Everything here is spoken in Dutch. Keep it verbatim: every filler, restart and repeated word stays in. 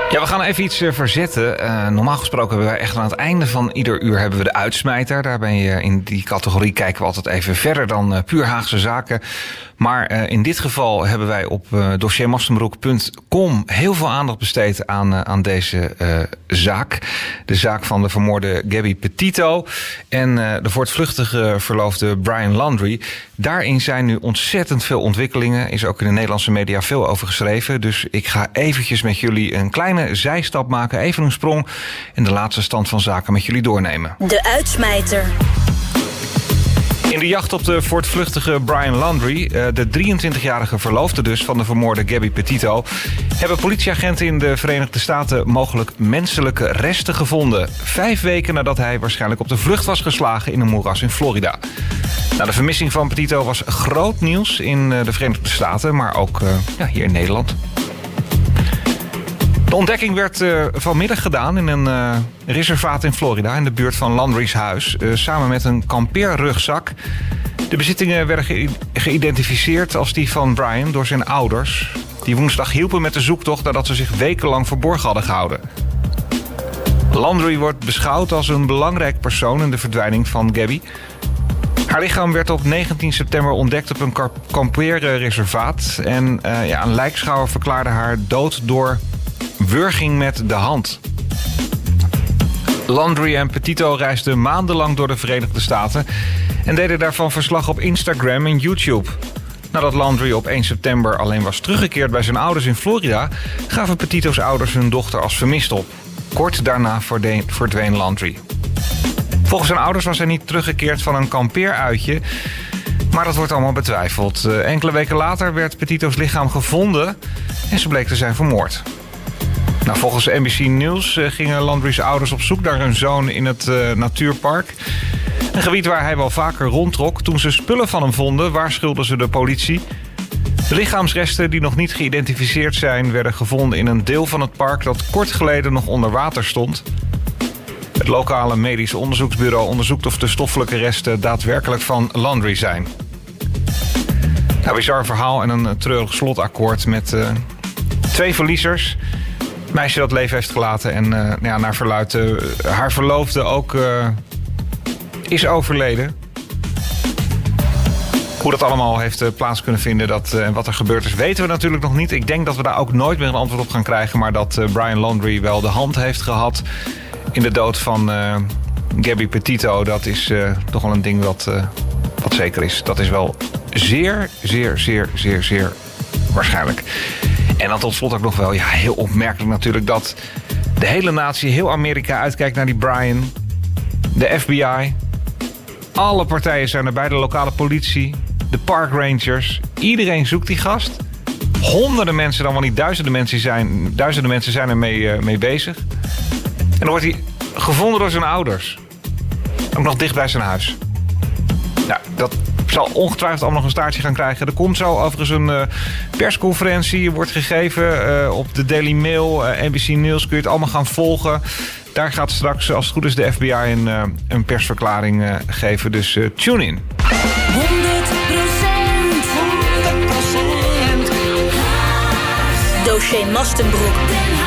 Ja, we gaan even iets uh, verzetten. Uh, normaal gesproken hebben wij echt aan het einde van ieder uur hebben we de uitsmijter. Daar ben je in die categorie kijken we altijd even verder dan uh, puur Haagse zaken. Maar uh, in dit geval hebben wij op uh, dossier mastenbroek punt com heel veel aandacht besteed aan, uh, aan deze uh, zaak. De zaak van de vermoorde Gabby Petito en uh, de voortvluchtige verloofde Brian Laundrie. Daarin zijn nu ontzettend veel ontwikkelingen. Is ook in de Nederlandse media veel over geschreven. Dus ik ga eventjes met jullie een kleine zijstap maken. Even een sprong en de laatste stand van zaken met jullie doornemen. De uitsmijter. In de jacht op de voortvluchtige Brian Laundrie, de drieëntwintigjarige verloofde dus van de vermoorde Gabby Petito, hebben politieagenten in de Verenigde Staten mogelijk menselijke resten gevonden. Vijf weken nadat hij waarschijnlijk op de vlucht was geslagen in een moeras in Florida. Nou, de vermissing van Petito was groot nieuws in de Verenigde Staten, maar ook uh, ja, hier in Nederland. De ontdekking werd uh, vanmiddag gedaan in een uh, reservaat in Florida, in de buurt van Laundrie's huis, uh, samen met een kampeerrugzak. De bezittingen werden ge- geïdentificeerd als die van Brian door zijn ouders, die woensdag hielpen met de zoektocht nadat ze zich wekenlang verborgen hadden gehouden. Laundrie wordt beschouwd als een belangrijk persoon in de verdwijning van Gabby. Haar lichaam werd op negentien september ontdekt op een kampeerreservaat en uh, ja, een lijkschouwer verklaarde haar dood door wurging met de hand. Laundrie en Petito reisden maandenlang door de Verenigde Staten en deden daarvan verslag op Instagram en YouTube. Nadat Laundrie op één september alleen was teruggekeerd bij zijn ouders in Florida, gaven Petito's ouders hun dochter als vermist op. Kort daarna verdween Laundrie. Volgens zijn ouders was hij niet teruggekeerd van een kampeeruitje, maar dat wordt allemaal betwijfeld. Enkele weken later werd Petito's lichaam gevonden en ze bleek te zijn vermoord. Nou, volgens N B C News uh, gingen Laundrie's ouders op zoek naar hun zoon in het uh, natuurpark. Een gebied waar hij wel vaker rondtrok. Toen ze spullen van hem vonden, waarschuwden ze de politie. De lichaamsresten die nog niet geïdentificeerd zijn, werden gevonden in een deel van het park dat kort geleden nog onder water stond. Het lokale medisch onderzoeksbureau onderzoekt of de stoffelijke resten daadwerkelijk van Laundrie zijn. Nou, bizar verhaal en een treurig slotakkoord met uh, twee verliezers. Het meisje dat leven heeft gelaten en uh, ja, naar verluidt uh, haar verloofde ook uh, is overleden. Hoe dat allemaal heeft uh, plaats kunnen vinden dat, uh, en wat er gebeurd is, weten we natuurlijk nog niet. Ik denk dat we daar ook nooit meer een antwoord op gaan krijgen, maar dat uh, Brian Laundrie wel de hand heeft gehad in de dood van uh, Gabby Petito, dat is uh, toch wel een ding wat, uh, wat zeker is. Dat is wel zeer, zeer, zeer, zeer, zeer waarschijnlijk. En dan tot slot ook nog wel, ja, heel opmerkelijk natuurlijk, dat de hele natie, heel Amerika uitkijkt naar die Brian. De F B I. Alle partijen zijn erbij, de lokale politie, de park rangers. Iedereen zoekt die gast. Honderden mensen, dan wel niet duizenden mensen zijn, duizenden mensen zijn ermee uh, mee bezig. En dan wordt hij gevonden door zijn ouders. Ook nog dicht bij zijn huis. Nou, dat zal ongetwijfeld allemaal nog een staartje gaan krijgen. Er komt zo overigens een uh, persconferentie, wordt gegeven uh, op de Daily Mail, uh, N B C News. Kun je het allemaal gaan volgen. Daar gaat straks, als het goed is, de F B I een, uh, een persverklaring uh, geven. Dus uh, tune in. honderd procent. honderd procent. Dossier Mastenbroek.